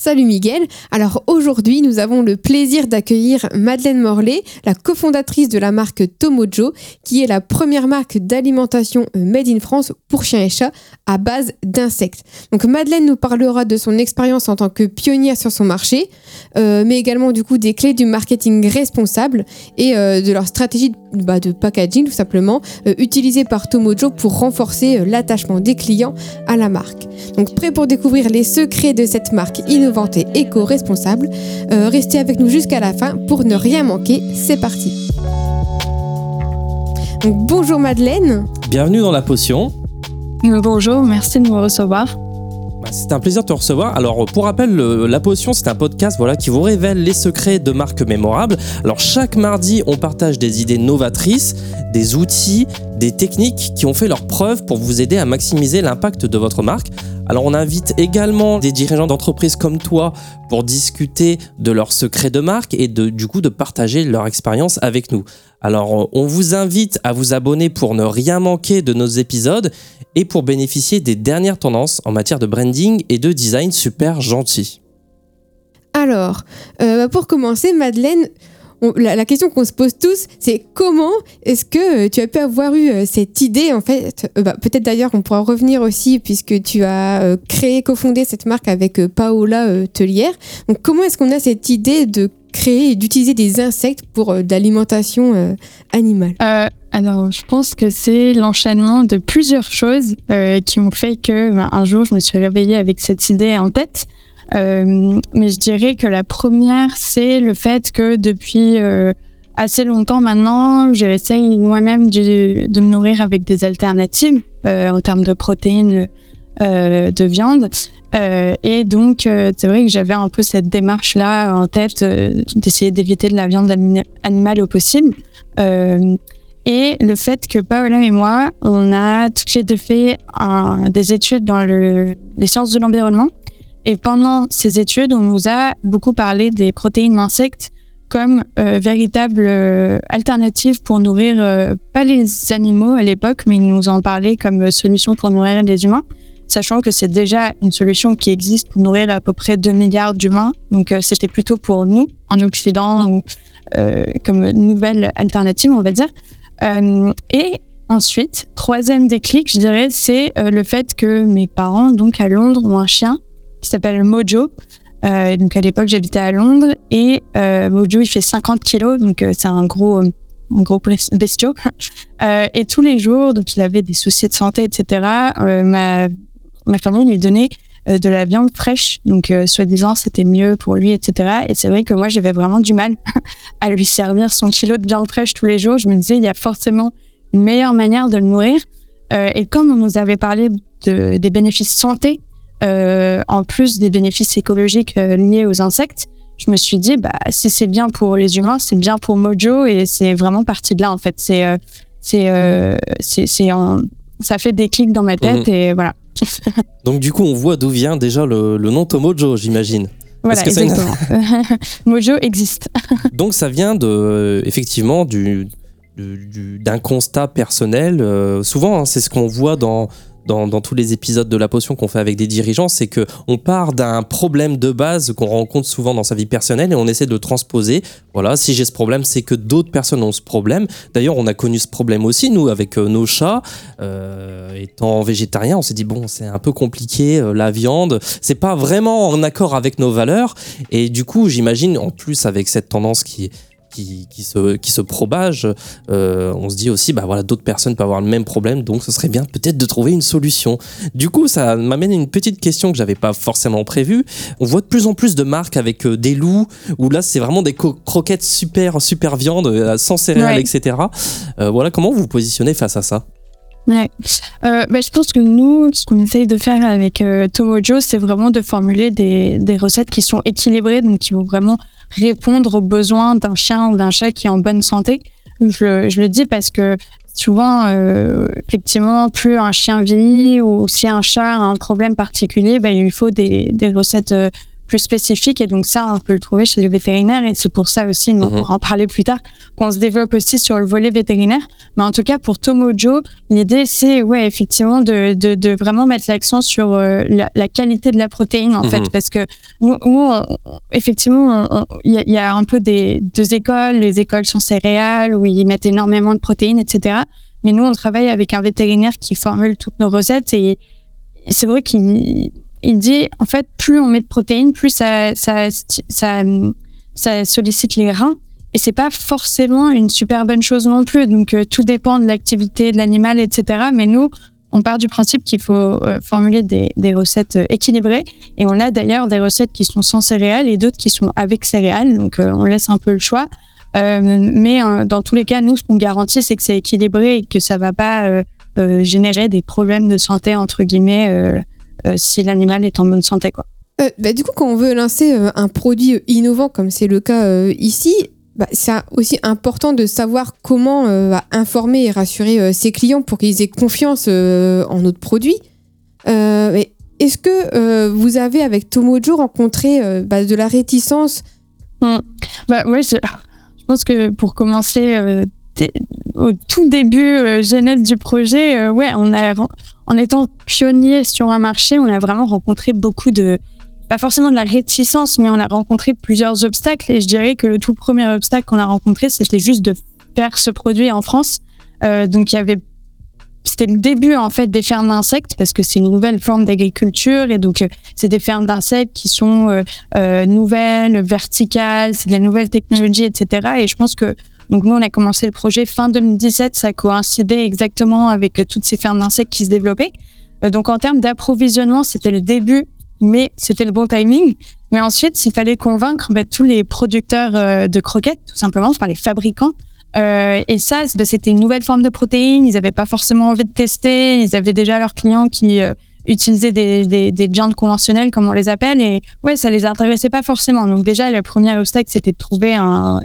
Salut Miguel. Alors aujourd'hui, nous avons le plaisir d'accueillir Madeleine Morlet, la cofondatrice de la marque Tomojo, qui est la première marque d'alimentation made in France pour chiens et chats à base d'insectes. Donc Madeleine nous parlera de son expérience en tant que pionnière sur son marché, mais également du coup des clés du marketing responsable et de leur stratégie de packaging tout simplement, utilisée par Tomojo pour renforcer l'attachement des clients à la marque. Donc prêt pour découvrir les secrets de cette marque innovante et éco-responsable, restez avec nous jusqu'à la fin pour ne rien manquer, c'est parti. Donc, bonjour Madeleine. Bienvenue dans La Potion. Bonjour, merci de me recevoir. C'est un plaisir de te recevoir. Alors, pour rappel, La Potion, c'est un podcast qui vous révèle les secrets de marques mémorables. Alors, chaque mardi, on partage des idées novatrices, des outils, des techniques qui ont fait leurs preuves pour vous aider à maximiser l'impact de votre marque. Alors, on invite également des dirigeants d'entreprises comme toi pour discuter de leurs secrets de marque et du coup de partager leur expérience avec nous. Alors, on vous invite à vous abonner pour ne rien manquer de nos épisodes et pour bénéficier des dernières tendances en matière de branding et de design super gentil. Alors, pour commencer, Madeleine, la question qu'on se pose tous, c'est comment est-ce que tu as pu avoir eu cette idée en fait, peut-être d'ailleurs on pourra revenir aussi puisque tu as cofondé cette marque avec Paola Tellière. Donc comment est-ce qu'on a cette idée de créer et d'utiliser des insectes pour de l'alimentation animale? Alors, je pense que c'est l'enchaînement de plusieurs choses qui ont fait que un jour, je me suis réveillée avec cette idée en tête. Mais je dirais que la première, c'est le fait que depuis assez longtemps maintenant, j'essaye moi-même de me nourrir avec des alternatives en termes de protéines, de viande. Et donc, c'est vrai que j'avais un peu cette démarche-là en tête d'essayer d'éviter de la viande animale au possible. Et le fait que Paola et moi, on a toutes les deux fait des études dans les sciences de l'environnement. Et pendant ces études, on nous a beaucoup parlé des protéines d'insectes comme véritable alternative pour nourrir, pas les animaux à l'époque, mais ils nous en parlaient comme solution pour nourrir les humains, sachant que c'est déjà une solution qui existe pour nourrir à peu près 2 milliards d'humains. Donc c'était plutôt pour nous, en Occident, ou comme nouvelle alternative, on va dire. Et ensuite, troisième déclic, je dirais, c'est le fait que mes parents, donc à Londres, ont un chien qui s'appelle Mojo. Donc à l'époque, j'habitais à Londres et Mojo, il fait 50 kilos, donc c'est un gros bestiau. Et tous les jours, donc il avait des soucis de santé, etc. Ma famille lui donnait de la viande fraîche, donc soi-disant c'était mieux pour lui, etc. Et c'est vrai que moi j'avais vraiment du mal à lui servir son kilo de viande fraîche tous les jours. Je me disais il y a forcément une meilleure manière de le nourrir. Et comme on nous avait parlé des bénéfices santé, en plus des bénéfices écologiques liés aux insectes, je me suis dit si c'est bien pour les humains, c'est bien pour Mojo, et c'est vraiment parti de là en fait. Ça fait des clics dans ma tête et voilà. Donc du coup, on voit d'où vient déjà le nom Tomojo, j'imagine. Voilà, exactement. Mojo existe. Donc ça vient effectivement d'un constat personnel. Souvent, c'est ce qu'on voit dans tous les épisodes de La Potion qu'on fait avec des dirigeants, c'est qu'on part d'un problème de base qu'on rencontre souvent dans sa vie personnelle et on essaie de le transposer. Voilà, si j'ai ce problème, c'est que d'autres personnes ont ce problème. D'ailleurs, on a connu ce problème aussi, nous, avec nos chats. Étant végétarien, on s'est dit, c'est un peu compliqué, la viande, c'est pas vraiment en accord avec nos valeurs. Et du coup, j'imagine, en plus, avec cette tendance qui se propage, on se dit aussi d'autres personnes peuvent avoir le même problème, donc ce serait bien peut-être de trouver une solution. Du coup, ça m'amène à une petite question que j'avais pas forcément prévue. On voit de plus en plus de marques avec des loups, où là c'est vraiment des croquettes super viande, sans céréales, etc. Comment vous vous positionnez face à ça? Ouais. Je pense que nous, ce qu'on essaye de faire avec Tomojo, c'est vraiment de formuler des recettes qui sont équilibrées, donc qui vont vraiment répondre aux besoins d'un chien ou d'un chat qui est en bonne santé. Je le dis parce que souvent, effectivement, plus un chien vieillit ou si un chat a un problème particulier, il lui faut des recettes plus spécifique. Et donc ça, on peut le trouver chez les vétérinaires. Et c'est pour ça aussi, on pourra en parler plus tard, qu'on se développe aussi sur le volet vétérinaire. Mais en tout cas, pour Tomojo, l'idée, c'est effectivement de vraiment mettre l'accent sur la qualité de la protéine, en fait. Parce que nous effectivement, il y a un peu deux écoles. Les écoles sont céréales, où ils mettent énormément de protéines, etc. Mais nous, on travaille avec un vétérinaire qui formule toutes nos recettes. Et c'est vrai qu'il dit, en fait, plus on met de protéines, plus ça sollicite les reins. Et c'est pas forcément une super bonne chose non plus. Donc, tout dépend de l'activité de l'animal, etc. Mais nous, on part du principe qu'il faut formuler des recettes équilibrées. Et on a d'ailleurs des recettes qui sont sans céréales et d'autres qui sont avec céréales. Donc, on laisse un peu le choix. Mais dans tous les cas, nous, ce qu'on garantit, c'est que c'est équilibré et que ça va pas générer des problèmes de santé, entre guillemets, si l'animal est en bonne santé, quoi. Du coup, quand on veut lancer un produit innovant, comme c'est le cas ici, c'est aussi important de savoir comment informer et rassurer ses clients pour qu'ils aient confiance en notre produit. Est-ce que vous avez, avec Tomojo, rencontré de la réticence? Ouais, je pense que pour commencer, au tout début genèse du projet, en étant pionnier sur un marché, on a vraiment rencontré beaucoup pas forcément de la réticence, mais on a rencontré plusieurs obstacles. Et je dirais que le tout premier obstacle qu'on a rencontré, c'était juste de faire ce produit en France. Donc c'était le début en fait des fermes d'insectes, parce que c'est une nouvelle forme d'agriculture, et donc c'est des fermes d'insectes qui sont nouvelles, verticales, c'est de la nouvelle technologie, etc. Et je pense que donc nous on a commencé le projet fin 2017, ça coïncidait exactement avec toutes ces fermes d'insectes qui se développaient. Donc en termes d'approvisionnement, c'était le début, mais c'était le bon timing. Mais ensuite, il fallait convaincre tous les producteurs de croquettes, tout simplement, enfin les fabricants. Et ça, c'était une nouvelle forme de protéines. Ils n'avaient pas forcément envie de tester. Ils avaient déjà leurs clients qui utilisaient des viandes conventionnelles, comme on les appelle. Et ça les intéressait pas forcément. Donc déjà, le premier obstacle, c'était de trouver un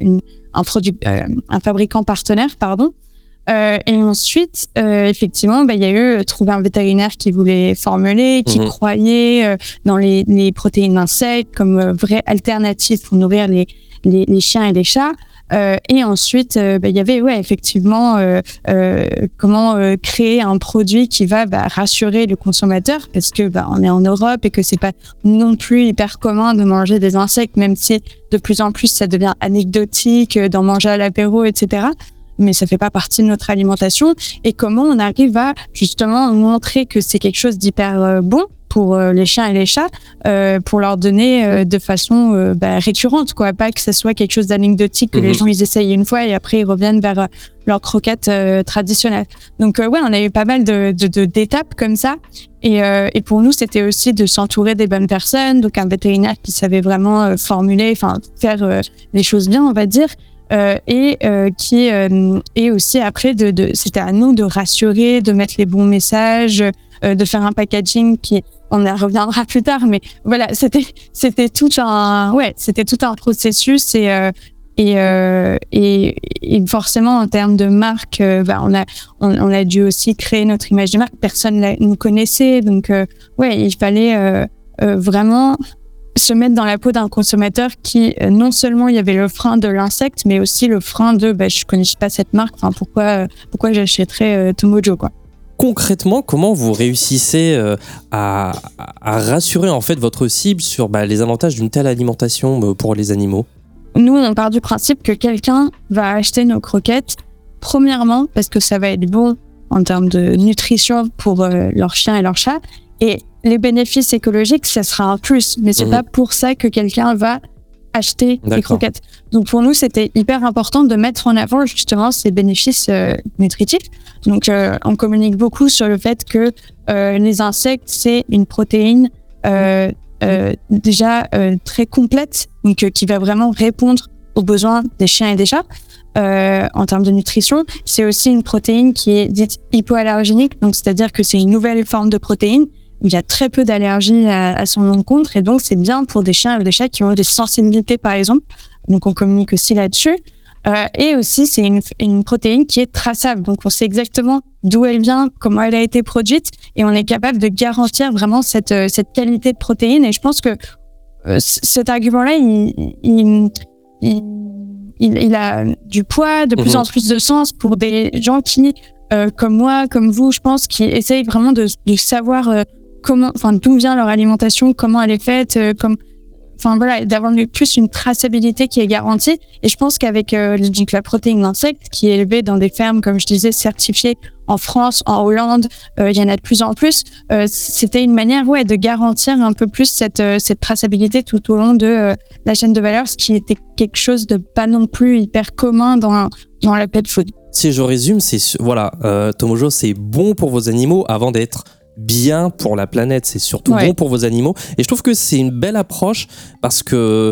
fabricant partenaire, et ensuite, effectivement, il y a eu trouver un vétérinaire qui voulait formuler, qui croyait dans les protéines d'insectes comme vraie alternative pour nourrir les chiens et les chats. Et ensuite, il y avait effectivement comment créer un produit qui va rassurer le consommateur, parce que on est en Europe et que c'est pas non plus hyper commun de manger des insectes, même si de plus en plus ça devient anecdotique d'en manger à l'apéro, etc. Mais ça fait pas partie de notre alimentation. Et comment on arrive à justement montrer que c'est quelque chose d'hyper bon pour les chiens et les chats, pour leur donner de façon récurrente, quoi. Pas que ça soit quelque chose d'anecdotique que les gens ils essayent une fois et après ils reviennent vers leurs croquettes traditionnelles. Donc on a eu pas mal d'étapes comme ça. Et pour nous, c'était aussi de s'entourer des bonnes personnes, donc un vétérinaire qui savait vraiment formuler, faire les choses bien, on va dire. Et aussi après c'était à nous de rassurer, de mettre les bons messages, de faire un packaging on y reviendra plus tard, mais voilà, c'était tout un processus, et forcément en termes de marque, on a dû aussi créer notre image de marque. Personne nous connaissait, donc il fallait vraiment se mettre dans la peau d'un consommateur qui, non seulement il y avait le frein de l'insecte, mais aussi le frein de je connais pas cette marque, pourquoi j'achèterais Tomojo, quoi. Concrètement, comment vous réussissez à rassurer en fait votre cible sur les avantages d'une telle alimentation pour les animaux? Nous, on part du principe que quelqu'un va acheter nos croquettes, premièrement parce que ça va être bon en termes de nutrition pour leur chien et leur chat, et les bénéfices écologiques, ça sera un plus, mais c'est pas pour ça que quelqu'un va acheter des croquettes. Donc pour nous, c'était hyper important de mettre en avant justement ces bénéfices nutritifs. Donc on communique beaucoup sur le fait que les insectes, c'est une protéine déjà très complète, donc qui va vraiment répondre aux besoins des chiens et des chats. En termes de nutrition, c'est aussi une protéine qui est dite hypoallergénique, donc c'est-à-dire que c'est une nouvelle forme de protéine. Il y a très peu d'allergies à son encontre, et donc c'est bien pour des chiens et des chats qui ont des sensibilités, par exemple. Donc on communique aussi là-dessus. Et aussi, c'est une protéine qui est traçable. Donc on sait exactement d'où elle vient, comment elle a été produite, et on est capable de garantir vraiment cette qualité de protéine. Et je pense que cet argument-là, il a du poids, de plus en plus de sens pour des gens qui, comme moi, comme vous, je pense, qui essayent vraiment de savoir d'où vient leur alimentation, comment elle est faite, d'avoir plus une traçabilité qui est garantie. Et je pense qu'avec la protéine d'insectes qui est élevée dans des fermes, comme je disais, certifiées en France, en Hollande, il y en a de plus en plus. C'était une manière, de garantir un peu plus cette traçabilité tout au long de la chaîne de valeur, ce qui était quelque chose de pas non plus hyper commun dans la pet food. Si je résume, Tomojo, c'est bon pour vos animaux avant d'être bien pour la planète, c'est surtout bon pour vos animaux. Et je trouve que c'est une belle approche parce que,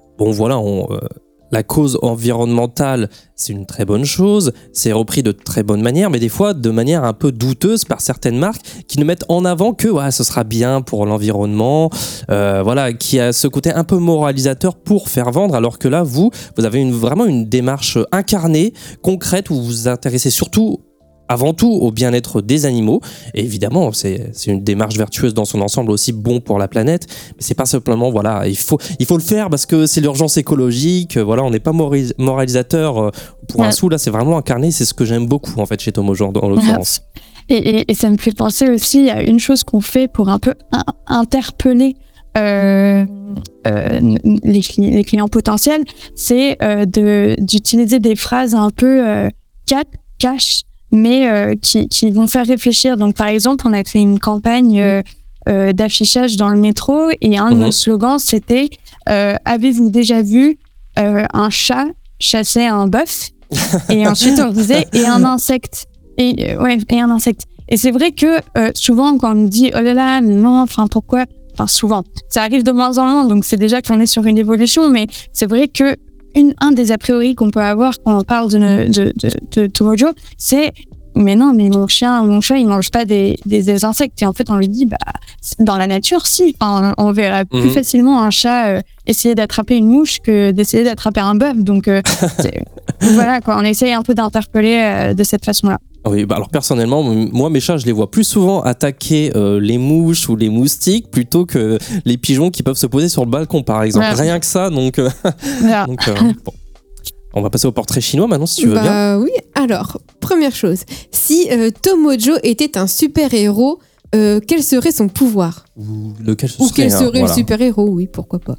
la cause environnementale, c'est une très bonne chose, c'est repris de très bonne manière, mais des fois de manière un peu douteuse par certaines marques qui ne mettent en avant que ce sera bien pour l'environnement, qui a ce côté un peu moralisateur pour faire vendre, alors que là, vous avez vraiment une démarche incarnée, concrète, où vous vous intéressez surtout avant tout au bien-être des animaux. Et évidemment, c'est une démarche vertueuse dans son ensemble, aussi bon pour la planète. Mais c'est pas simplement, il faut le faire parce que c'est l'urgence écologique. On n'est pas moralisateur pour un sou. Là, c'est vraiment incarné. C'est ce que j'aime beaucoup, en fait, chez Tomojo, en l'occurrence. Et ça me fait penser aussi à une chose qu'on fait pour un peu interpeller les clients potentiels, c'est d'utiliser des phrases un peu cash, mais qui vont faire réfléchir. Donc, par exemple, on a fait une campagne d'affichage dans le métro et un de nos slogans, c'était avez-vous déjà vu un chat chasser un bœuf? Et ensuite, on disait et un insecte. Et un insecte. Et c'est vrai que souvent, quand on nous dit oh là là, non, pourquoi? Souvent, ça arrive de moins en moins, donc c'est déjà qu'on est sur une évolution, mais c'est vrai que un des a priori qu'on peut avoir quand on parle de Tomojo, c'est mais non, mais mon chat, il mange pas des insectes. Et en fait, on lui dit, dans la nature, si. On verra plus facilement un chat essayer d'attraper une mouche que d'essayer d'attraper un bœuf. Donc, on essaye un peu d'interpeller de cette façon-là. Oui, alors personnellement, moi, mes chats, je les vois plus souvent attaquer les mouches ou les moustiques plutôt que les pigeons qui peuvent se poser sur le balcon, par exemple. Rien que ça, donc... bon. On va passer au portrait chinois maintenant, si tu veux bien. Oui, alors, première chose. Si Tomojo était un super-héros, quel serait son pouvoir? Lequel ce serait, quel serait le super-héros? Oui, pourquoi pas.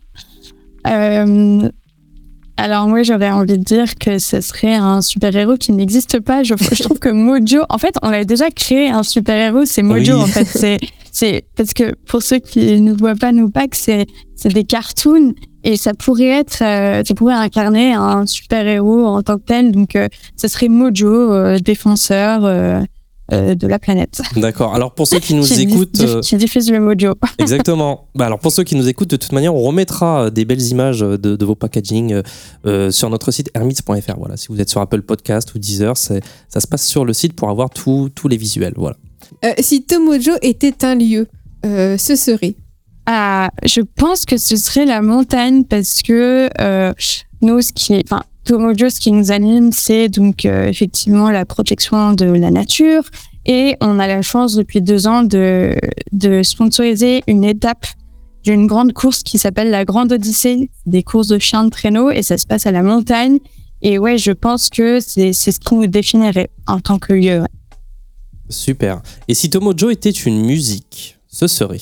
Alors moi, j'aurais envie de dire que ce serait un super-héros qui n'existe pas. Je trouve que Mojo... En fait, on a déjà créé un super-héros, c'est Mojo, en fait. C'est parce que pour ceux qui ne voient pas nos packs, c'est des cartoons et ça pourrait incarner un super-héros en tant que tel. Donc, ce serait Mojo, défenseur de la planète. D'accord. Alors, pour ceux qui nous écoutent... Qui diffuse le Mojo. Exactement. Alors, pour ceux qui nous écoutent, de toute manière, on remettra des belles images de vos packaging sur notre site hermits.fr. Voilà. Si vous êtes sur Apple Podcast ou Deezer, ça se passe sur le site pour avoir tous les visuels. Voilà. Si Tomojo était un lieu, ce serait... Je pense que ce serait la montagne parce que nous, Tomojo, ce qui nous anime, c'est donc effectivement la protection de la nature et on a la chance depuis 2 ans de sponsoriser une étape d'une grande course qui s'appelle la Grande Odyssée, des courses de chiens de traîneau et ça se passe à la montagne et je pense que c'est ce qui nous définirait en tant que lieu. Super. Et si Tomojo était une musique, ce serait...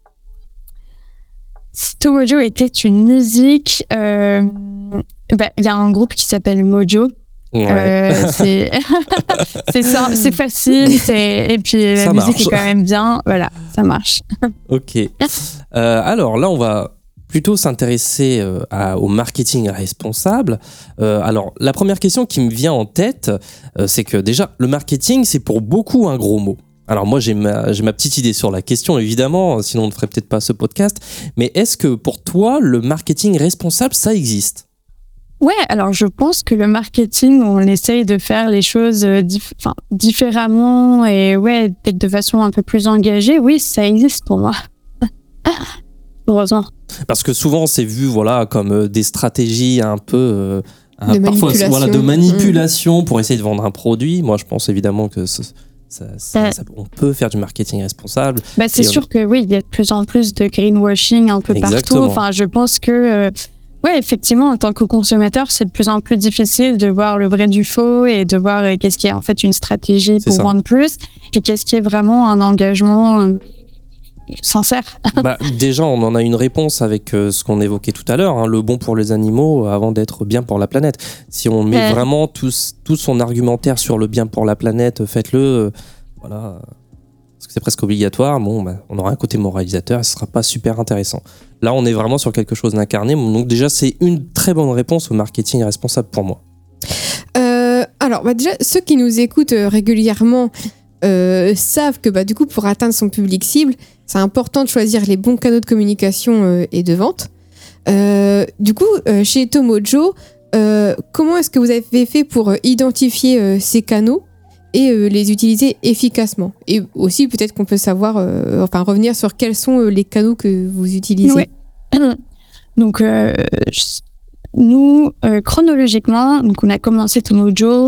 Si Tomojo était une musique, il y a un groupe qui s'appelle Mojo. C'est facile, et puis la musique est quand même bien. Voilà, ça marche. Ok. Alors là, on va plutôt s'intéresser au marketing responsable. Alors, la première question qui me vient en tête, c'est que déjà, le marketing, c'est pour beaucoup un gros mot. Alors moi, j'ai ma petite idée sur la question, évidemment, sinon on ne ferait peut-être pas ce podcast. Mais est-ce que pour toi, le marketing responsable, ça existe ? Ouais, alors je pense que le marketing, on essaye de faire les choses différemment et peut-être de façon un peu plus engagée. Oui, ça existe pour moi. Heureusement. Parce que souvent, c'est vu comme des stratégies un peu... de manipulation. De manipulation pour essayer de vendre un produit. Moi, je pense évidemment que on peut faire du marketing responsable. C'est sûr que oui, il y a de plus en plus de greenwashing un peu Exactement. partout. Enfin, je pense que effectivement, en tant que consommateur, c'est de plus en plus difficile de voir le vrai du faux et de voir qu'est-ce qui est en fait une stratégie pour vendre plus et qu'est-ce qui est vraiment un engagement sincère. Déjà, on en a une réponse avec ce qu'on évoquait tout à l'heure, le bon pour les animaux avant d'être bien pour la planète. Si on met vraiment tout son argumentaire sur le bien pour la planète, faites-le, voilà, parce que c'est presque obligatoire, on aura un côté moralisateur et ce sera pas super intéressant. Là, on est vraiment sur quelque chose d'incarné, donc déjà, c'est une très bonne réponse au marketing responsable pour moi. Alors, déjà, ceux qui nous écoutent régulièrement savent que du coup, pour atteindre son public cible, c'est important de choisir les bons canaux de communication et de vente. Du coup, chez Tomojo, comment est-ce que vous avez fait pour identifier ces canaux et les utiliser efficacement? Et aussi, peut-être qu'on peut savoir, revenir sur quels sont les canaux que vous utilisez. Ouais. Donc, nous, chronologiquement, donc on a commencé Tomojo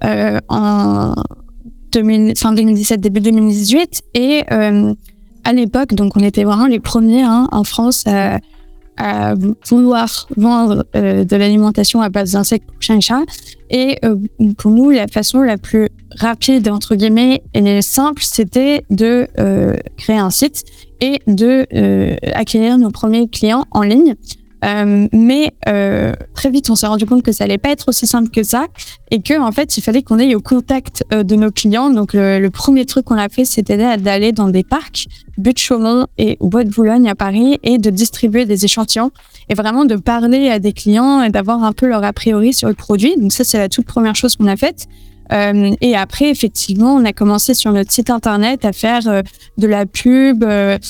en fin 2017, début 2018, et à l'époque, donc on était vraiment les premiers en France à vouloir vendre de l'alimentation à base d'insectes pour chiens et chats. Et pour nous, la façon la plus rapide, entre guillemets, et simple, c'était de créer un site et de acquérir nos premiers clients en ligne. Mais très vite, on s'est rendu compte que ça allait pas être aussi simple que ça et que en fait, il fallait qu'on aille au contact de nos clients. Donc, le premier truc qu'on a fait, c'était d'aller dans des parcs, Butte-Chaumont et Bois de Boulogne à Paris, et de distribuer des échantillons et vraiment de parler à des clients et d'avoir un peu leur a priori sur le produit. Donc ça, c'est la toute première chose qu'on a faite. Et après, effectivement, on a commencé sur notre site internet à faire de la pub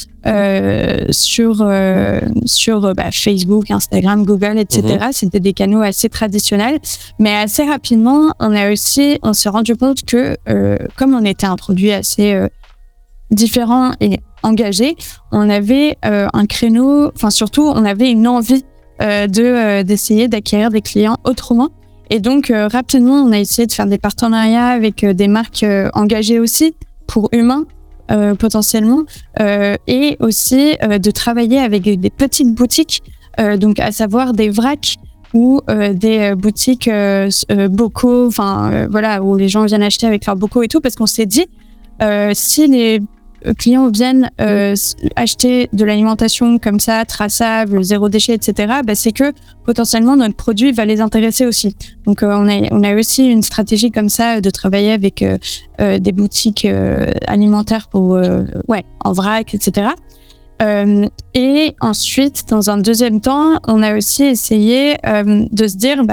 sur Facebook, Instagram, Google, etc. C'était des canaux assez traditionnels. Mais assez rapidement, on s'est rendu compte que comme on était un produit assez différent et engagé, on avait un créneau, surtout, on avait une envie d'essayer d'acquérir des clients autrement. Et donc, rapidement, on a essayé de faire des partenariats avec des marques engagées aussi, pour humains, potentiellement, et aussi de travailler avec des petites boutiques, donc à savoir des vracs ou des boutiques bocaux, où les gens viennent acheter avec leurs bocaux et tout, parce qu'on s'est dit, si les clients viennent acheter de l'alimentation comme ça, traçable, zéro déchet, etc., c'est que potentiellement notre produit va les intéresser aussi. Donc on a aussi une stratégie comme ça de travailler avec des boutiques alimentaires pour en vrac, etc. Et ensuite, dans un deuxième temps, on a aussi essayé de se dire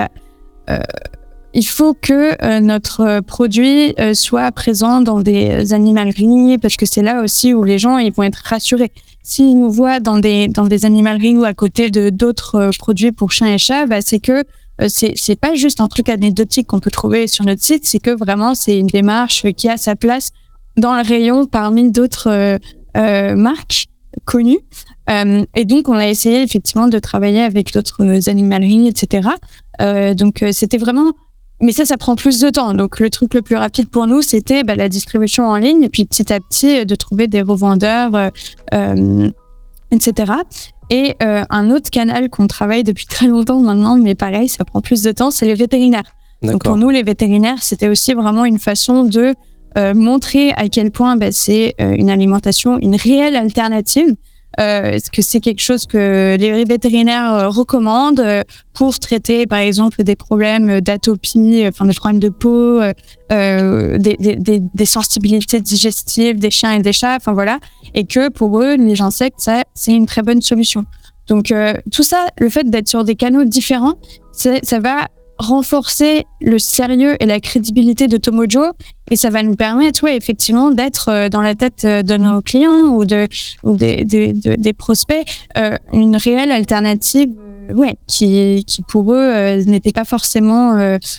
il faut que notre produit soit présent dans des animaleries, parce que c'est là aussi où les gens ils vont être rassurés. S'ils nous voient dans des animaleries ou à côté de d'autres produits pour chiens et chats, c'est que c'est pas juste un truc anecdotique qu'on peut trouver sur notre site, c'est que vraiment c'est une démarche qui a sa place dans le rayon parmi d'autres marques connues. Et donc on a essayé effectivement de travailler avec d'autres animaleries, etc. Donc c'était vraiment... Mais ça prend plus de temps. Donc, le truc le plus rapide pour nous, c'était la distribution en ligne et puis petit à petit de trouver des revendeurs, etc. Et un autre canal qu'on travaille depuis très longtemps maintenant, mais pareil, ça prend plus de temps, c'est les vétérinaires. Donc, pour nous, les vétérinaires, c'était aussi vraiment une façon de montrer à quel point c'est une alimentation, une réelle alternative. Est-ce que c'est quelque chose que les vétérinaires recommandent pour traiter, par exemple, des problèmes d'atopie, des problèmes de peau, des sensibilités digestives des chiens et des chats, et que pour eux, les insectes, c'est une très bonne solution. Donc, tout ça, le fait d'être sur des canaux différents, ça va renforcer le sérieux et la crédibilité de Tomojo, et ça va nous permettre effectivement d'être dans la tête de nos clients ou des prospects une réelle alternative qui pour eux n'était pas forcément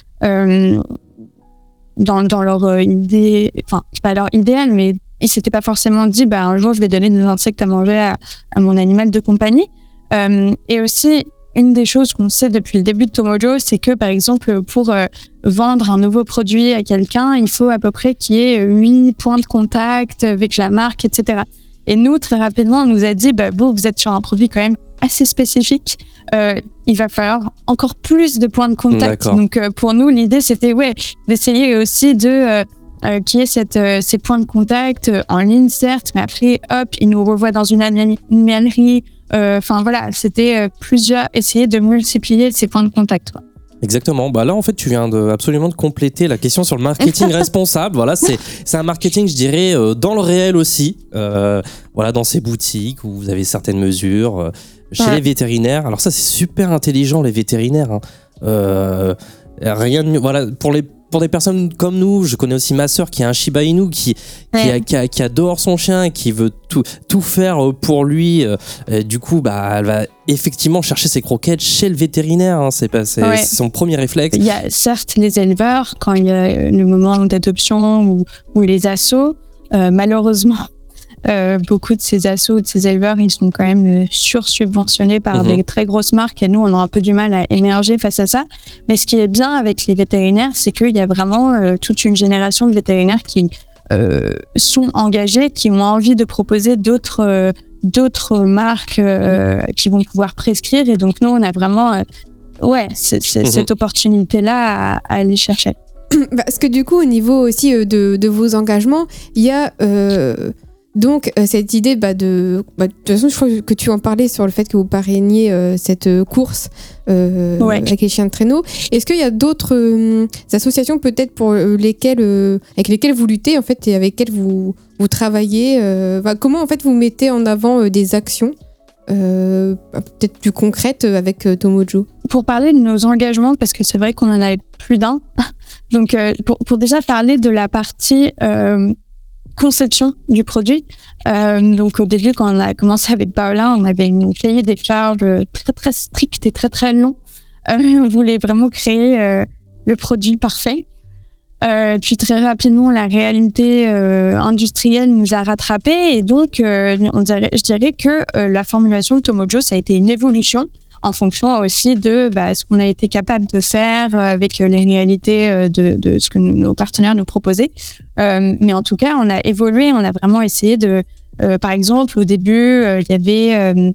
dans leur idée, c'est pas leur idéal, mais ils s'étaient pas forcément dit un jour je vais donner des insectes à manger à mon animal de compagnie. Et aussi une des choses qu'on sait depuis le début de Tomojo, c'est que, par exemple, pour vendre un nouveau produit à quelqu'un, il faut à peu près qu'il y ait 8 points de contact avec la marque, etc. Et nous, très rapidement, on nous a dit, vous êtes sur un produit quand même assez spécifique. Il va falloir encore plus de points de contact. D'accord. Donc, pour nous, l'idée, c'était d'essayer aussi de qu'il y ait ces points de contact en ligne, certes, mais après, hop, ils nous revoient dans une annualerie. Enfin, voilà, c'était essayer de multiplier ces points de contact, quoi. Exactement. Là, en fait, tu viens absolument de compléter la question sur le marketing responsable. Voilà, c'est un marketing, je dirais, dans le réel aussi. Voilà, dans ces boutiques où vous avez certaines mesures. Chez les vétérinaires. Alors ça, c'est super intelligent, les vétérinaires. Rien de mieux. Voilà, pour des personnes comme nous, je connais aussi ma sœur qui a un Shiba Inu qui adore son chien et qui veut tout faire pour lui. Du coup, elle va effectivement chercher ses croquettes chez le vétérinaire. C'est son premier réflexe. Il y a certes les éleveurs, quand il y a le moment d'adoption ou les assos, malheureusement, beaucoup de ces assos, de ces éleveurs, ils sont quand même sursubventionnés par des très grosses marques et nous, on a un peu du mal à émerger face à ça. Mais ce qui est bien avec les vétérinaires, c'est qu'il y a vraiment toute une génération de vétérinaires qui sont engagés, qui ont envie de proposer d'autres marques qui vont pouvoir prescrire. Et donc, nous, on a vraiment cette opportunité-là à aller chercher. Parce que du coup, au niveau aussi de vos engagements, il y a... Donc, cette idée de toute façon, je crois que tu en parlais sur le fait que vous parrainiez cette course avec les chiens de traîneau. Est-ce qu'il y a d'autres associations peut-être avec lesquelles vous luttez en fait, et avec lesquelles vous travaillez comment en fait vous mettez en avant des actions peut-être plus concrètes avec Tomojo? Pour parler de nos engagements, parce que c'est vrai qu'on en a plus d'un, donc pour déjà parler de la partie... conception du produit. Donc au début, quand on a commencé avec Paola, on avait une cahier des charges très très strict et très très long. On voulait vraiment créer le produit parfait. Puis très rapidement, la réalité industrielle nous a rattrapés et donc je dirais que la formulation de Tomojo, ça a été une évolution en fonction aussi de ce qu'on a été capable de faire avec les réalités de ce que nos partenaires nous proposaient. Mais en tout cas, on a évolué, on a vraiment essayé de... par exemple, au début, il y avait...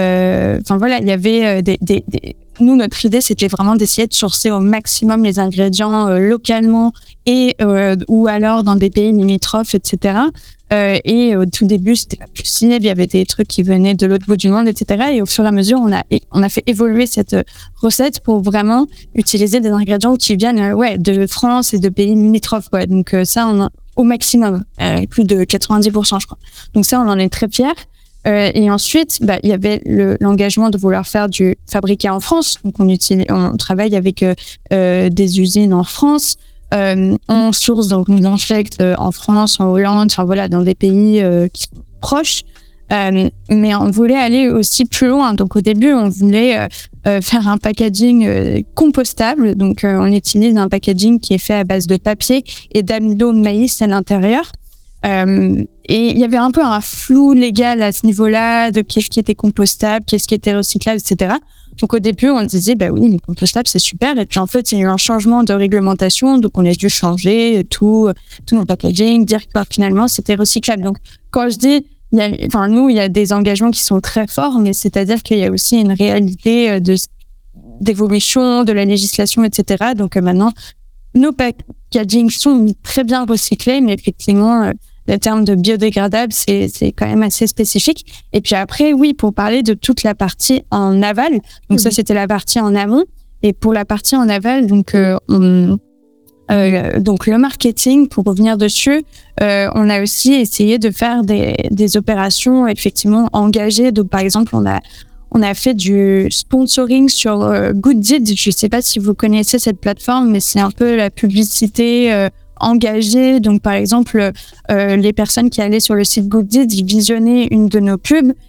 Nous, notre idée, c'était vraiment d'essayer de sourcer au maximum les ingrédients localement et ou alors dans des pays limitrophes, etc. Et au tout début, c'était pas possible. Il y avait des trucs qui venaient de l'autre bout du monde, etc. Et au fur et à mesure, on a fait évoluer cette recette pour vraiment utiliser des ingrédients qui viennent de France et de pays limitrophes. Donc ça, on a au maximum, plus de 90%, je crois. Donc ça, on en est très fiers. Et ensuite, il y avait l'engagement de vouloir faire du fabriqué en France. Donc on travaille avec des usines en France. On source, donc nous injecte en France, en Hollande, dans des pays qui sont proches. Mais on voulait aller aussi plus loin. Donc au début, on voulait faire un packaging compostable. Donc on utilise un packaging qui est fait à base de papier et d'amidon de maïs à l'intérieur. Et il y avait un peu un flou légal à ce niveau-là de qu'est-ce qui était compostable, qu'est-ce qui était recyclable, etc. Donc au début, on disait oui, mais compostable, c'est super. Et puis en fait, il y a eu un changement de réglementation, donc on a dû changer tout notre packaging, dire que finalement c'était recyclable. Donc quand je dis, il y a des engagements qui sont très forts, mais c'est-à-dire qu'il y a aussi une réalité d'évolution de la législation, etc. Donc maintenant, nos packaging sont très bien recyclés, mais effectivement, le terme de biodégradable, c'est quand même assez spécifique. Et puis après, oui, pour parler de toute la partie en aval, donc ça, c'était la partie en amont. Et pour la partie en aval, donc le marketing, pour revenir dessus, on a aussi essayé de faire des opérations effectivement engagées. Donc par exemple, on a fait du sponsoring sur Gooddeed. Je ne sais pas si vous connaissez cette plateforme, mais c'est un peu la publicité engagée. Donc, par exemple, les personnes qui allaient sur le site Gooddeed, ils visionnaient une de nos pubs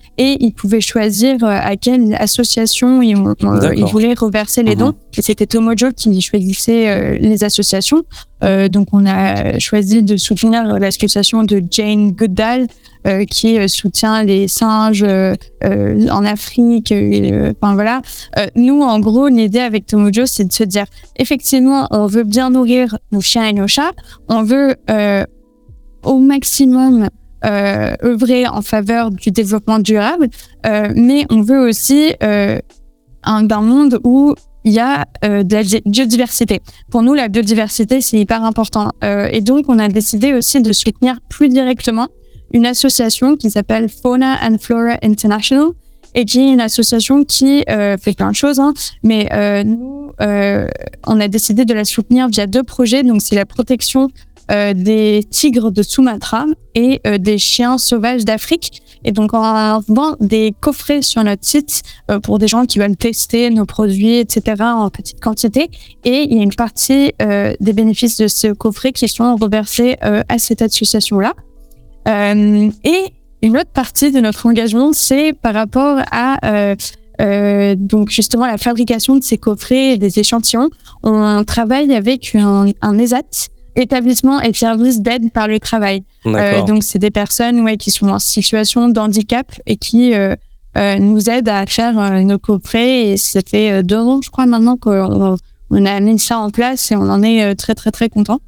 et ils pouvaient choisir à quelle association ils voulaient reverser les dons. Et c'était Tomojo qui choisissait les associations. Donc on a choisi de soutenir l'association de Jane Goodall qui soutient les singes en Afrique. Enfin voilà. Nous, en gros, l'idée avec Tomojo, c'est de se dire, effectivement, on veut bien nourrir nos chiens et nos chats. On veut au maximum œuvrer en faveur du développement durable, mais on veut aussi d'un monde où il y a de la biodiversité. Pour nous, la biodiversité, c'est hyper important. Et donc, on a décidé aussi de soutenir plus directement une association qui s'appelle Fauna and Flora International et qui est une association qui fait plein de choses. Mais nous, on a décidé de la soutenir via 2 projets. Donc, c'est la protection des tigres de Sumatra et des chiens sauvages d'Afrique. Et donc, on vend des coffrets sur notre site pour des gens qui veulent tester nos produits, etc., en petite quantité. Et il y a une partie des bénéfices de ce coffret qui sont reversés à cette association-là. Et une autre partie de notre engagement, c'est par rapport à donc justement la fabrication de ces coffrets et des échantillons. On travaille avec un ESAT, établissement et service d'aide par le travail. Donc c'est des personnes qui sont en situation de handicap et qui nous aident à faire nos coffrets, et ça fait 2 ans je crois maintenant qu'on a mis ça en place et on en est très très très content.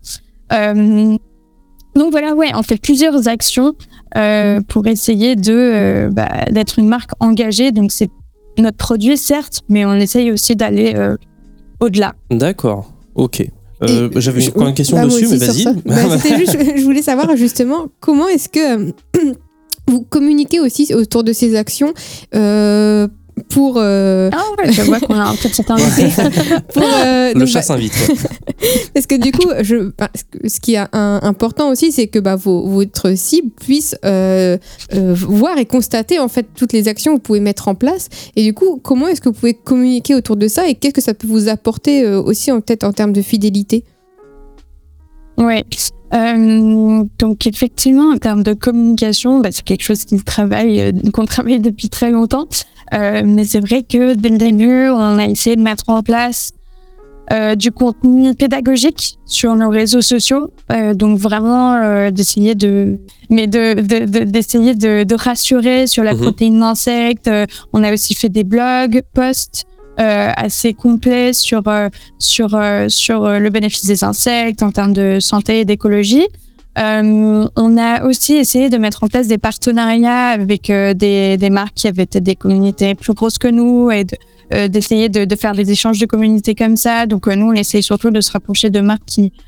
Donc voilà, on fait plusieurs actions pour essayer d'être une marque engagée. Donc c'est notre produit certes, mais on essaye aussi d'aller au-delà. D'accord, ok. J'avais encore une question dessus, mais vas-y. C'était juste, je voulais savoir justement comment est-ce que vous communiquez aussi autour de ces actions pour... je vois qu'on a un petit invité. Le chat s'invite. Parce que du coup, ce qui est important aussi, c'est que votre cible puisse voir et constater en fait toutes les actions que vous pouvez mettre en place. Et du coup, comment est-ce que vous pouvez communiquer autour de ça et qu'est-ce que ça peut vous apporter aussi peut-être en termes de fidélité ? Ouais. Donc effectivement, en termes de communication, c'est quelque chose qu'on travaille depuis très longtemps. Mais c'est vrai que dès le début, on a essayé de mettre en place du contenu pédagogique sur nos réseaux sociaux. Donc vraiment d'essayer d'essayer de rassurer sur la protéine d'insectes. On a aussi fait des blogs, posts assez complets sur le bénéfice des insectes en termes de santé et d'écologie. On a aussi essayé de mettre en place des partenariats avec des marques qui avaient des communautés plus grosses que nous et d'essayer de faire des échanges de communautés comme ça. Donc nous, on essaye surtout de se rapprocher de marques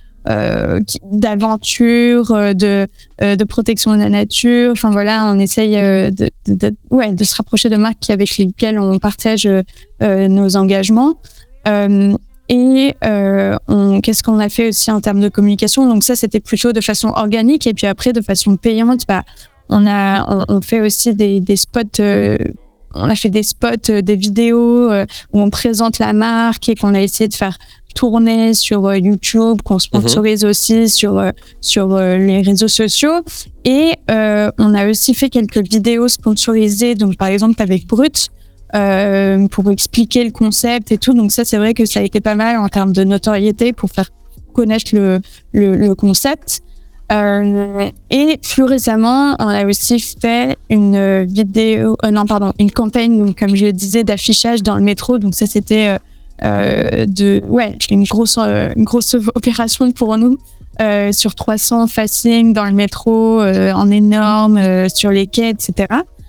d'aventure, de protection de la nature. Enfin voilà, on essaye de se rapprocher de marques avec lesquelles on partage nos engagements. Qu'est-ce qu'on a fait aussi en termes de communication? Donc ça, c'était plutôt de façon organique, et puis après, de façon payante, on fait aussi des spots. On a fait des spots, des vidéos où on présente la marque et qu'on a essayé de faire tourner sur YouTube, qu'on sponsorise aussi sur les réseaux sociaux. Et on a aussi fait quelques vidéos sponsorisées, donc par exemple avec Brut, pour expliquer le concept et tout. Donc ça, c'est vrai que ça a été pas mal en termes de notoriété pour faire connaître le concept. Et plus récemment, on a aussi fait une campagne, donc, comme je le disais, d'affichage dans le métro. Donc ça, c'était une grosse opération pour nous, sur 300 facings dans le métro, en énorme, sur les quais, etc.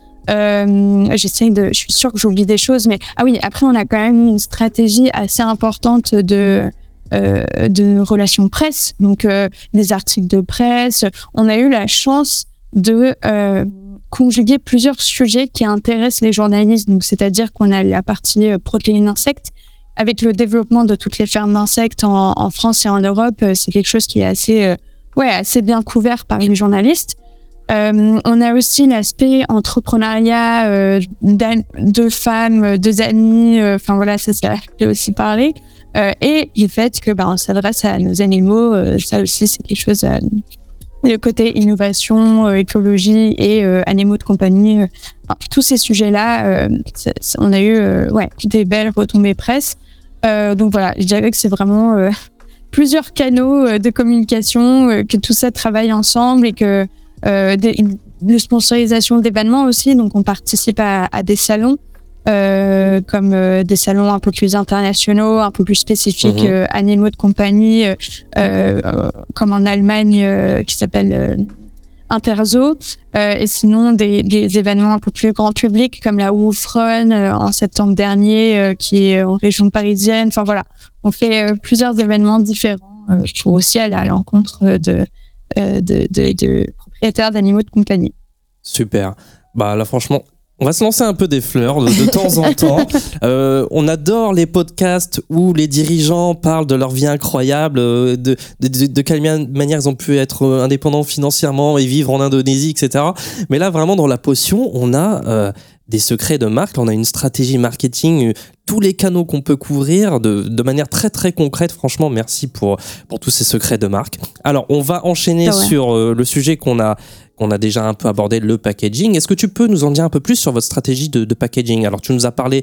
Je suis sûre que j'oublie des choses, mais après on a quand même une stratégie assez importante de relations presse, donc des articles de presse. On a eu la chance de conjuguer plusieurs sujets qui intéressent les journalistes, donc c'est-à-dire qu'on a la partie protéines d'insectes. Avec le développement de toutes les fermes d'insectes en France et en Europe, c'est quelque chose qui est assez bien couvert par les journalistes. On a aussi l'aspect entrepreneuriat, 2 femmes, 2 amis, ça fait aussi parler. Et le fait que on s'adresse à nos animaux, ça aussi c'est quelque chose le côté innovation, écologie et animaux de compagnie. Tous ces sujets-là, on a eu des belles retombées presse. Donc voilà, je dirais que c'est vraiment plusieurs canaux de communication, que tout ça travaille ensemble et que de sponsorisation d'événements aussi. Donc on participe à des salons. Comme des salons un peu plus internationaux, un peu plus spécifiques, animaux de compagnie, comme en Allemagne, qui s'appelle Interzoo, et sinon des événements un peu plus grand public, comme la WWOOF-Run en septembre dernier, qui est en région parisienne. Enfin voilà, on fait plusieurs événements différents pour aussi aller à l'encontre de propriétaires d'animaux de compagnie. Super. Bah là, franchement, on va se lancer un peu des fleurs de temps en temps. On adore les podcasts où les dirigeants parlent de leur vie incroyable, de quelle manière ils ont pu être indépendants financièrement et vivre en Indonésie, etc. Mais là, vraiment, dans la potion, on a des secrets de marque. On a une stratégie marketing, tous les canaux qu'on peut couvrir de manière très, très concrète. Franchement, merci pour tous ces secrets de marque. Alors, on va enchaîner sur le sujet qu'on a déjà un peu abordé, le packaging. Est-ce que tu peux nous en dire un peu plus sur votre stratégie de packaging ? Alors, tu nous as parlé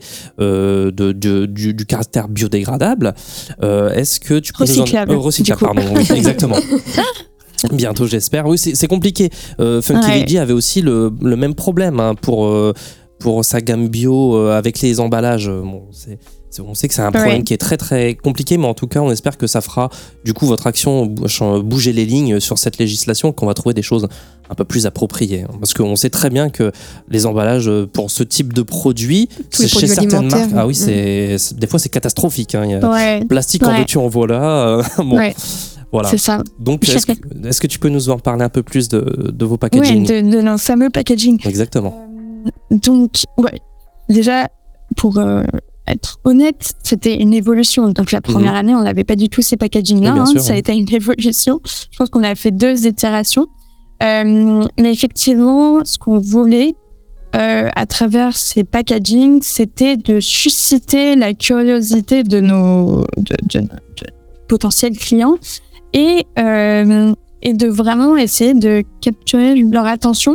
du caractère biodégradable. Est-ce que tu peux recyclable, pardon, oui, exactement. Bientôt, j'espère. Oui, c'est compliqué. Funky Veggie avait aussi le même problème pour sa gamme bio avec les emballages. On sait que c'est un problème qui est très très compliqué, mais en tout cas, on espère que ça fera du coup votre action bouger les lignes sur cette législation, qu'on va trouver des choses un peu plus appropriées. Parce qu'on sait très bien que les emballages pour ce type de produits, chez certaines marques, des fois c'est catastrophique. Il y a plastique en veux-tu en voilà. Voilà. C'est ça. Donc, est-ce que tu peux nous en parler un peu plus de vos packaging ? Oui, de nos fameux packaging. Exactement. Donc, déjà, pour être honnête, c'était une évolution. Donc, la première année, on n'avait pas du tout ces packaging-là. Ça a été une évolution. Je pense qu'on a fait 2 itérations. Mais effectivement, ce qu'on voulait à travers ces packaging, c'était de susciter la curiosité de nos potentiels clients et de vraiment essayer de capturer leur attention.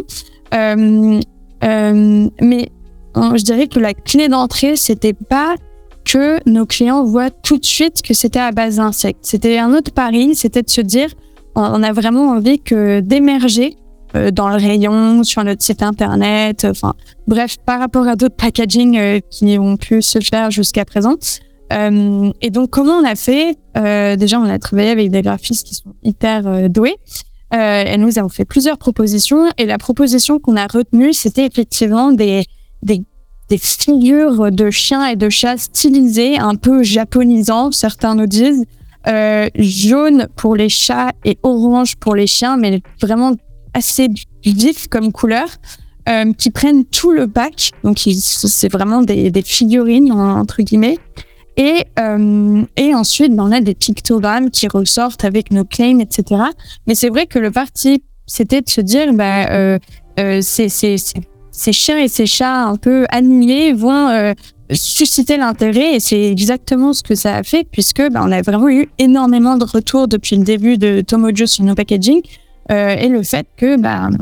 Mais je dirais que la clé d'entrée, c'était pas que nos clients voient tout de suite que c'était à base d'insectes. C'était un autre pari, c'était de se dire, on a vraiment envie d'émerger dans le rayon, sur notre site internet, enfin bref, par rapport à d'autres packaging qui ont pu se faire jusqu'à présent. Et donc, comment on a fait ? Déjà, on a travaillé avec des graphistes qui sont hyper doués. Et nous avons fait plusieurs propositions. Et la proposition qu'on a retenue, c'était effectivement des figures de chiens et de chats stylisées, un peu japonisants, certains nous disent. Jaune pour les chats et orange pour les chiens, mais vraiment assez vif comme couleur. Qui prennent tout le pack. Donc, c'est vraiment des figurines, entre guillemets. Et ensuite, on a des pictogrammes qui ressortent avec nos claims, etc. Mais c'est vrai que le parti, c'était de se dire, ces chiens et ces chats un peu animés vont susciter l'intérêt, et c'est exactement ce que ça a fait, puisque on a vraiment eu énormément de retours depuis le début de Tomojo sur nos packaging, et le fait que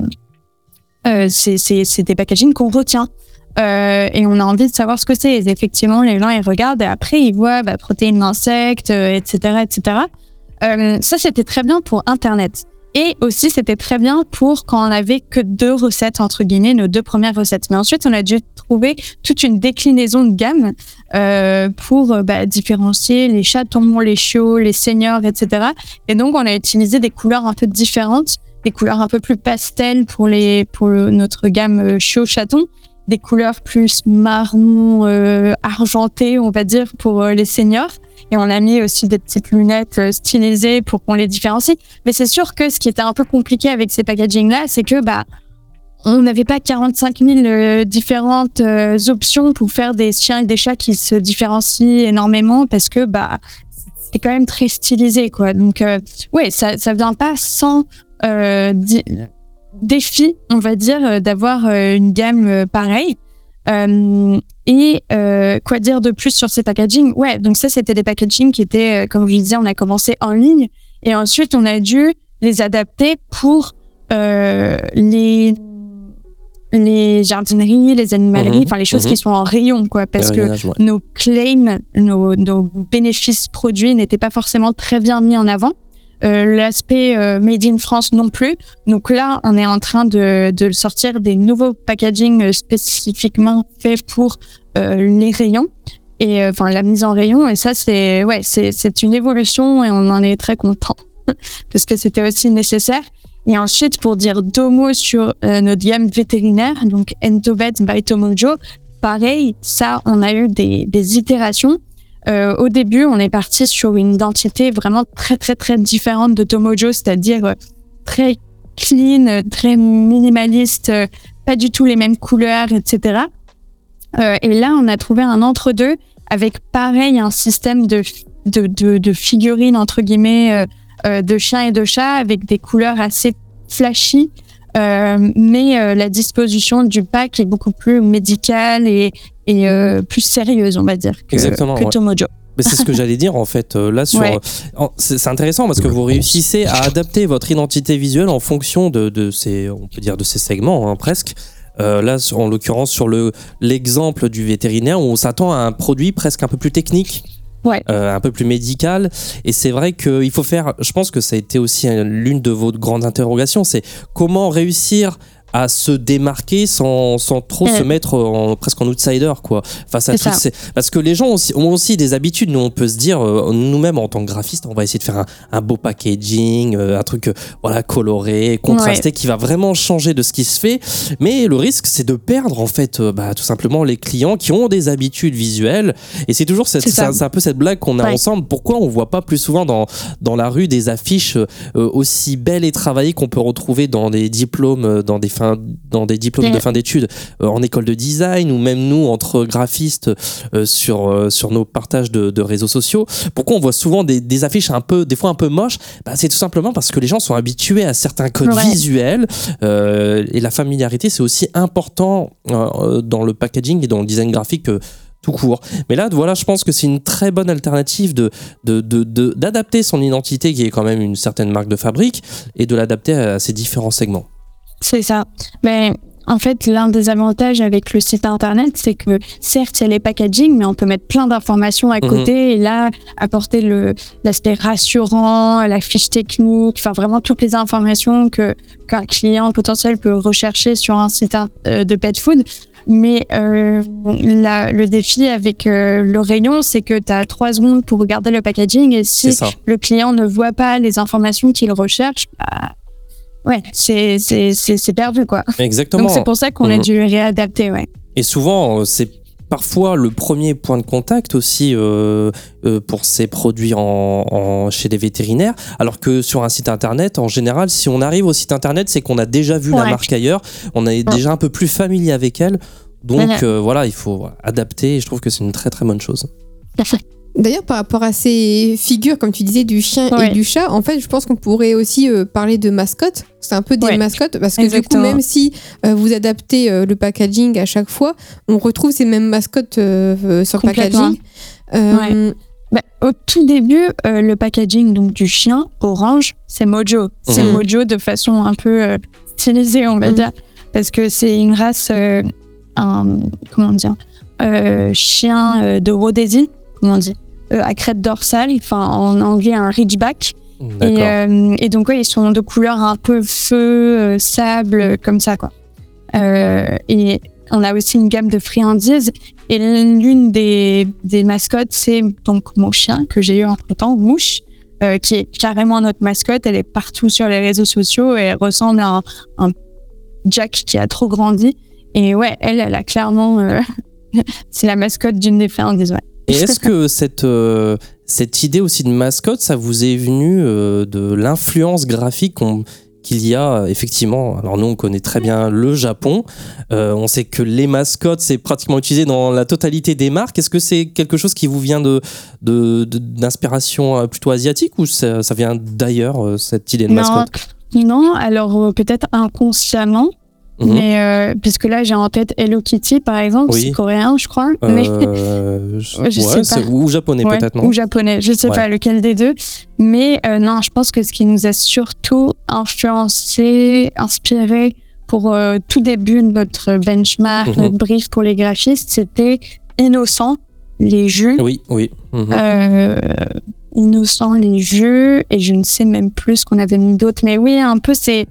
c'est des packaging qu'on retient. Et on a envie de savoir ce que c'est. Et effectivement, les gens, ils regardent et après, ils voient protéines d'insectes, etc., etc. Ça, c'était très bien pour Internet. Et aussi, c'était très bien pour quand on avait que 2 recettes, entre guillemets, nos 2 premières recettes. Mais ensuite, on a dû trouver toute une déclinaison de gamme pour différencier les chatons, les chiots, les seniors, etc. Et donc, on a utilisé des couleurs un peu différentes, des couleurs un peu plus pastel pour notre gamme chiot-chaton, des couleurs plus marron, argentées, on va dire, pour les seniors. Et on a mis aussi des petites lunettes stylisées pour qu'on les différencie. Mais c'est sûr que ce qui était un peu compliqué avec ces packaging-là, c'est que on n'avait pas 45 000 différentes options pour faire des chiens et des chats qui se différencient énormément, parce que c'est quand même très stylisé, quoi. Donc ça vient pas sans défi, on va dire, d'avoir une gamme pareille. Et quoi dire de plus sur ces packaging ? Donc ça, c'était des packaging qui étaient, comme je disais, on a commencé en ligne, et ensuite on a dû les adapter pour les jardineries, les animaleries, enfin les choses qui sont en rayon, quoi, parce que nos claims, nos bénéfices produits n'étaient pas forcément très bien mis en avant. L'aspect made in France non plus. Donc là, on est en train de sortir des nouveaux packaging spécifiquement faits pour les rayons et enfin la mise en rayon. Et ça, c'est une évolution et on en est très content parce que c'était aussi nécessaire. Et ensuite, pour dire 2 mots sur notre gamme vétérinaire, donc Entovet by Tomojo, pareil, ça, on a eu des itérations. Au début, on est parti sur une identité vraiment très, très, très différente de Tomojo, c'est-à-dire très clean, très minimaliste, pas du tout les mêmes couleurs, etc. Et là, on a trouvé un entre-deux avec, pareil, un système de figurines, entre guillemets, de chiens et de chats avec des couleurs assez flashy, mais la disposition du pack est beaucoup plus médicale et plus sérieuse, on va dire, que Tomojo. Mais c'est ce que j'allais dire en fait. Là, c'est intéressant parce que vous réussissez à adapter votre identité visuelle en fonction de ces, on peut dire, de ces segments, hein, presque. Là, en l'occurrence, sur l'exemple du vétérinaire, on s'attend à un produit presque un peu plus technique. Un peu plus médical, et c'est vrai qu'il faut faire, je pense que ça a été aussi l'une de vos grandes interrogations, c'est comment réussir à se démarquer sans trop se mettre presque en outsider, quoi. Face à parce que les gens ont aussi des habitudes. Nous, on peut se dire, nous-mêmes en tant que graphiste, on va essayer de faire un beau packaging, un truc coloré, contrasté, qui va vraiment changer de ce qui se fait. Mais le risque, c'est de perdre en fait tout simplement les clients qui ont des habitudes visuelles. Et c'est toujours c'est un peu cette blague qu'on a ensemble. Pourquoi on voit pas plus souvent dans la rue des affiches aussi belles et travaillées qu'on peut retrouver dans des diplômes, dans des diplômes de fin d'études en école de design, ou même nous entre graphistes sur nos partages de réseaux sociaux. Pourquoi on voit souvent des affiches des fois un peu moches? C'est tout simplement parce que les gens sont habitués à certains codes visuels, et la familiarité, c'est aussi important dans le packaging et dans le design graphique tout court. Mais là, voilà, je pense que c'est une très bonne alternative d'adapter son identité, qui est quand même une certaine marque de fabrique, et de l'adapter à ces différents segments. C'est ça. Mais en fait, l'un des avantages avec le site internet, c'est que certes, il y a les packaging, mais on peut mettre plein d'informations à côté et là, apporter l'aspect rassurant, la fiche technique, enfin vraiment toutes les informations qu'un client potentiel peut rechercher sur un site de pet food. Mais le défi avec le rayon, c'est que tu as 3 secondes pour regarder le packaging, et si le client ne voit pas les informations qu'il recherche, c'est perdu, quoi. Exactement. Donc c'est pour ça qu'on a dû réadapter, Et souvent, c'est parfois le premier point de contact aussi pour ces produits chez des vétérinaires, alors que sur un site internet, en général, si on arrive au site internet, c'est qu'on a déjà vu la marque ailleurs, on est déjà un peu plus familier avec elle, donc il faut adapter, et je trouve que c'est une très très bonne chose. D'ailleurs, par rapport à ces figures, comme tu disais, du chien et du chat, en fait, je pense qu'on pourrait aussi parler de mascottes. C'est un peu des mascottes, parce que du coup, même si vous adaptez le packaging à chaque fois, on retrouve ces mêmes mascottes sur le packaging. Au tout début, le packaging donc, du chien orange, c'est Mojo. C'est Mojo de façon un peu stylisée, on va dire, parce que c'est une race, chien de Rhodésie, comment on dit, à crête dorsale, enfin en anglais un ridgeback. Et donc ils sont de couleur un peu feu, sable, comme ça, quoi. Et on a aussi une gamme de friandises, et l'une des mascottes, c'est donc mon chien que j'ai eu entre-temps, Mouche, qui est carrément notre mascotte. Elle est partout sur les réseaux sociaux et elle ressemble à un Jack qui a trop grandi. Et elle a clairement c'est la mascotte d'une des friandises. Et est-ce que cette idée aussi de mascotte, ça vous est venu de l'influence graphique qu'il y a effectivement? Alors nous, on connaît très bien le Japon. On sait que les mascottes, c'est pratiquement utilisé dans la totalité des marques. Est-ce que c'est quelque chose qui vous vient d'inspiration plutôt asiatique, ou ça vient d'ailleurs, cette idée de mascotte? Non, alors peut-être inconsciemment. Mais puisque là j'ai en tête Hello Kitty par exemple, c'est coréen je crois, mais je sais pas. Ou japonais peut-être, non? Ou japonais, je sais pas lequel des deux. Mais non, je pense que ce qui nous a surtout influencé, inspiré pour tout début de notre benchmark, notre brief pour les graphistes, c'était Innocent, les jeux. Oui. Innocent, les jeux, et je ne sais même plus ce qu'on avait mis d'autres, mais oui, un peu ces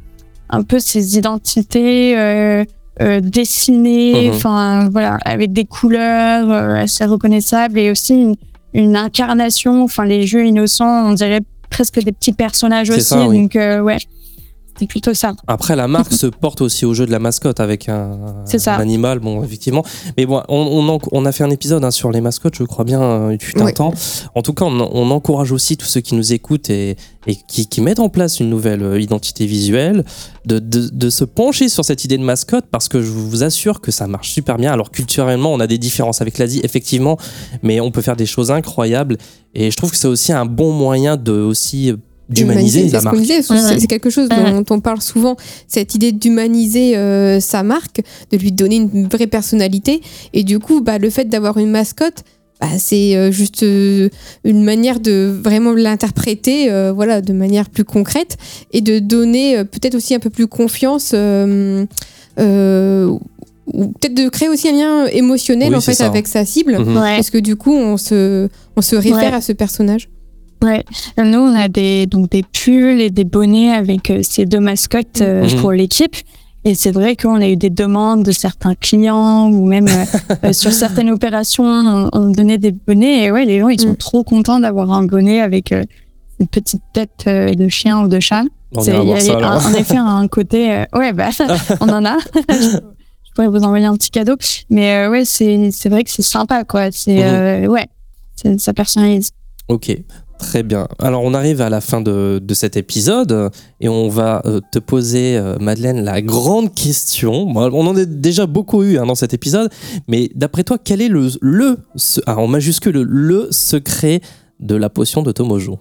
identités dessinées, enfin voilà, avec des couleurs assez reconnaissables, et aussi une incarnation, enfin les jeux innocents, on dirait presque des petits personnages aussi, ça, donc c'est plutôt ça. Après, la marque se porte aussi au jeu de la mascotte avec un animal, bon, effectivement. Mais bon, on a fait un épisode sur les mascottes, je crois bien, il fut un temps. En tout cas, on encourage aussi tous ceux qui nous écoutent et qui mettent en place une nouvelle identité visuelle, de se pencher sur cette idée de mascotte, parce que je vous assure que ça marche super bien. Alors, culturellement, on a des différences avec l'Asie, effectivement, mais on peut faire des choses incroyables. Et je trouve que c'est aussi un bon moyen d'humaniser la marque. C'est quelque chose dont on parle souvent, cette idée d'humaniser sa marque, de lui donner une vraie personnalité, et du coup le fait d'avoir une mascotte, c'est juste une manière de vraiment l'interpréter de manière plus concrète, et de donner peut-être aussi un peu plus confiance, ou peut-être de créer aussi un lien émotionnel avec sa cible, parce que du coup on se réfère à ce personnage. Ouais, nous on a des pulls et des bonnets avec ces deux mascottes pour l'équipe, et c'est vrai qu'on a eu des demandes de certains clients, ou même sur certaines opérations on donnait des bonnets, et les gens ils sont trop contents d'avoir un bonnet avec une petite tête de chien ou de chat. Il y a en effet un côté on en a. Je pourrais vous envoyer un petit cadeau, mais c'est vrai que c'est sympa quoi, ça personnalise. Ok. Très bien. Alors, on arrive à la fin de cet épisode et on va te poser, Madeleine, la grande question. On en a déjà beaucoup eu dans cet épisode, mais d'après toi, quel est en majuscule, le secret de la potion de Tomojo?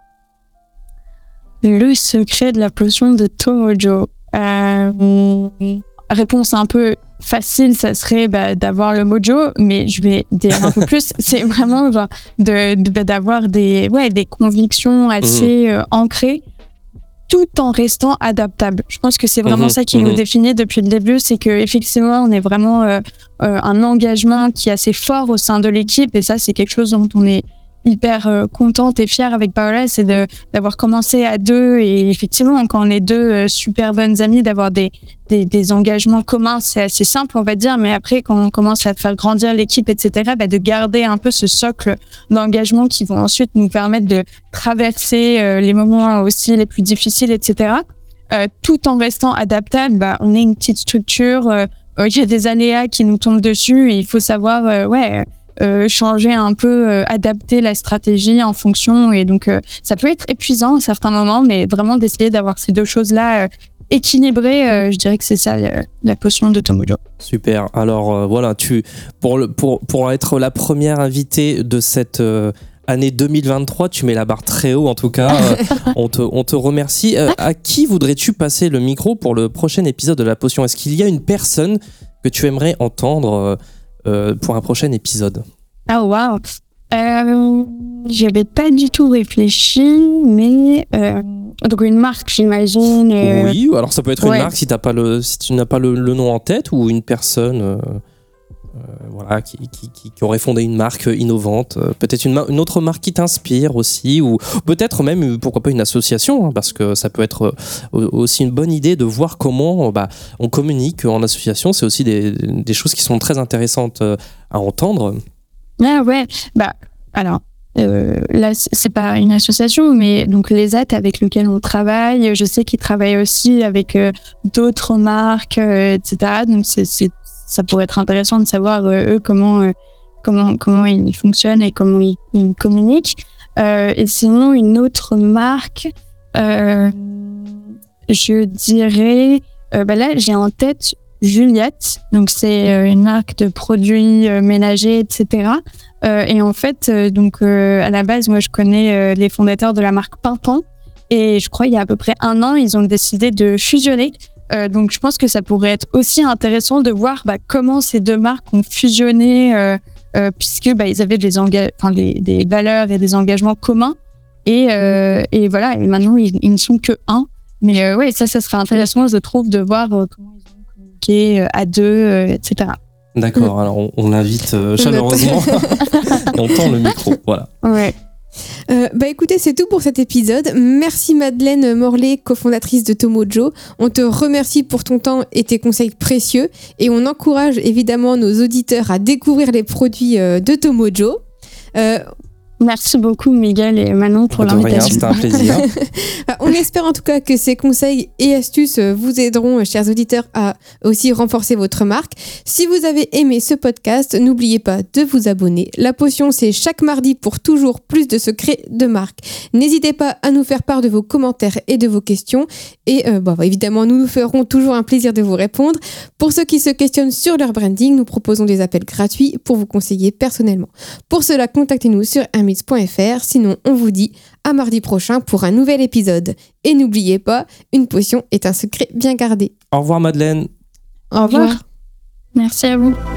Le secret de la potion de Tomojo. Réponse un peu facile, ça serait d'avoir le mojo, mais je vais dire un peu plus. C'est vraiment d'avoir des convictions assez ancrées, tout en restant adaptable. Je pense que c'est vraiment ça qui nous définit depuis le début, c'est que effectivement on est vraiment un engagement qui est assez fort au sein de l'équipe, et ça c'est quelque chose dont on est hyper contente et fière avec Paola, c'est d'avoir commencé à deux, et effectivement quand on est deux super bonnes amies, d'avoir des engagements communs, c'est assez simple on va dire, mais après quand on commence à faire grandir l'équipe, etc., de garder un peu ce socle d'engagement qui vont ensuite nous permettre de traverser les moments aussi les plus difficiles, etc., tout en restant adaptable. On est une petite structure, il y a des aléas qui nous tombent dessus, et il faut savoir changer un peu, adapter la stratégie en fonction, et donc ça peut être épuisant à certains moments, mais vraiment d'essayer d'avoir ces deux choses-là équilibrées, je dirais que c'est ça la potion de Tomojo. Super. Alors voilà, pour être la première invitée de cette année 2023, tu mets la barre très haut en tout cas. On te remercie. À qui voudrais-tu passer le micro pour le prochain épisode de la potion? Est-ce qu'il y a une personne que tu aimerais entendre pour un prochain épisode? Ah wow, j'avais pas du tout réfléchi, mais donc une marque, j'imagine. Oui, alors ça peut être une marque si tu n'as pas le nom en tête, ou une personne qui aurait fondé une marque innovante, peut-être une autre marque qui t'inspire aussi, ou peut-être même, pourquoi pas, une association, parce que ça peut être aussi une bonne idée de voir comment on communique en association. C'est aussi des choses qui sont très intéressantes à entendre. Ah ouais, alors là c'est pas une association, mais donc les AT avec lesquels on travaille, je sais qu'ils travaillent aussi avec d'autres marques, etc., donc ça pourrait être intéressant de savoir eux comment ils fonctionnent et comment ils communiquent. Et sinon une autre marque, je dirais là j'ai en tête Juliette, donc c'est une marque de produits ménagers, etc. Et en fait à la base moi je connais les fondateurs de la marque Printemps, et je crois il y a à peu près 1 an ils ont décidé de fusionner Donc je pense que ça pourrait être aussi intéressant de voir comment ces deux marques ont fusionné puisque ils avaient des valeurs et des engagements communs et voilà, et maintenant ils ne sont que un. Mais ouais, ça serait intéressant, je trouve, de voir comment ils ont communiqué à deux, etc. D'accord, alors on l'invite chaleureusement et on tend le micro, voilà. Ouais. Écoutez, c'est tout pour cet épisode. Merci Madeleine Morlet, cofondatrice de Tomojo. On te remercie pour ton temps et tes conseils précieux et on encourage évidemment nos auditeurs à découvrir les produits de Tomojo. Merci beaucoup Miguel et Manon pour l'invitation. C'était un plaisir. On espère en tout cas que ces conseils et astuces vous aideront, chers auditeurs, à aussi renforcer votre marque. Si vous avez aimé ce podcast, n'oubliez pas de vous abonner. La potion, c'est chaque mardi pour toujours plus de secrets de marque. N'hésitez pas à nous faire part de vos commentaires et de vos questions. Et évidemment, nous ferons toujours un plaisir de vous répondre. Pour ceux qui se questionnent sur leur branding, nous proposons des appels gratuits pour vous conseiller personnellement. Pour cela, contactez-nous sur hermits.fr. Sinon, on vous dit à mardi prochain pour un nouvel épisode. Et n'oubliez pas, une potion est un secret bien gardé. Au revoir Madeleine. Au revoir. Merci à vous.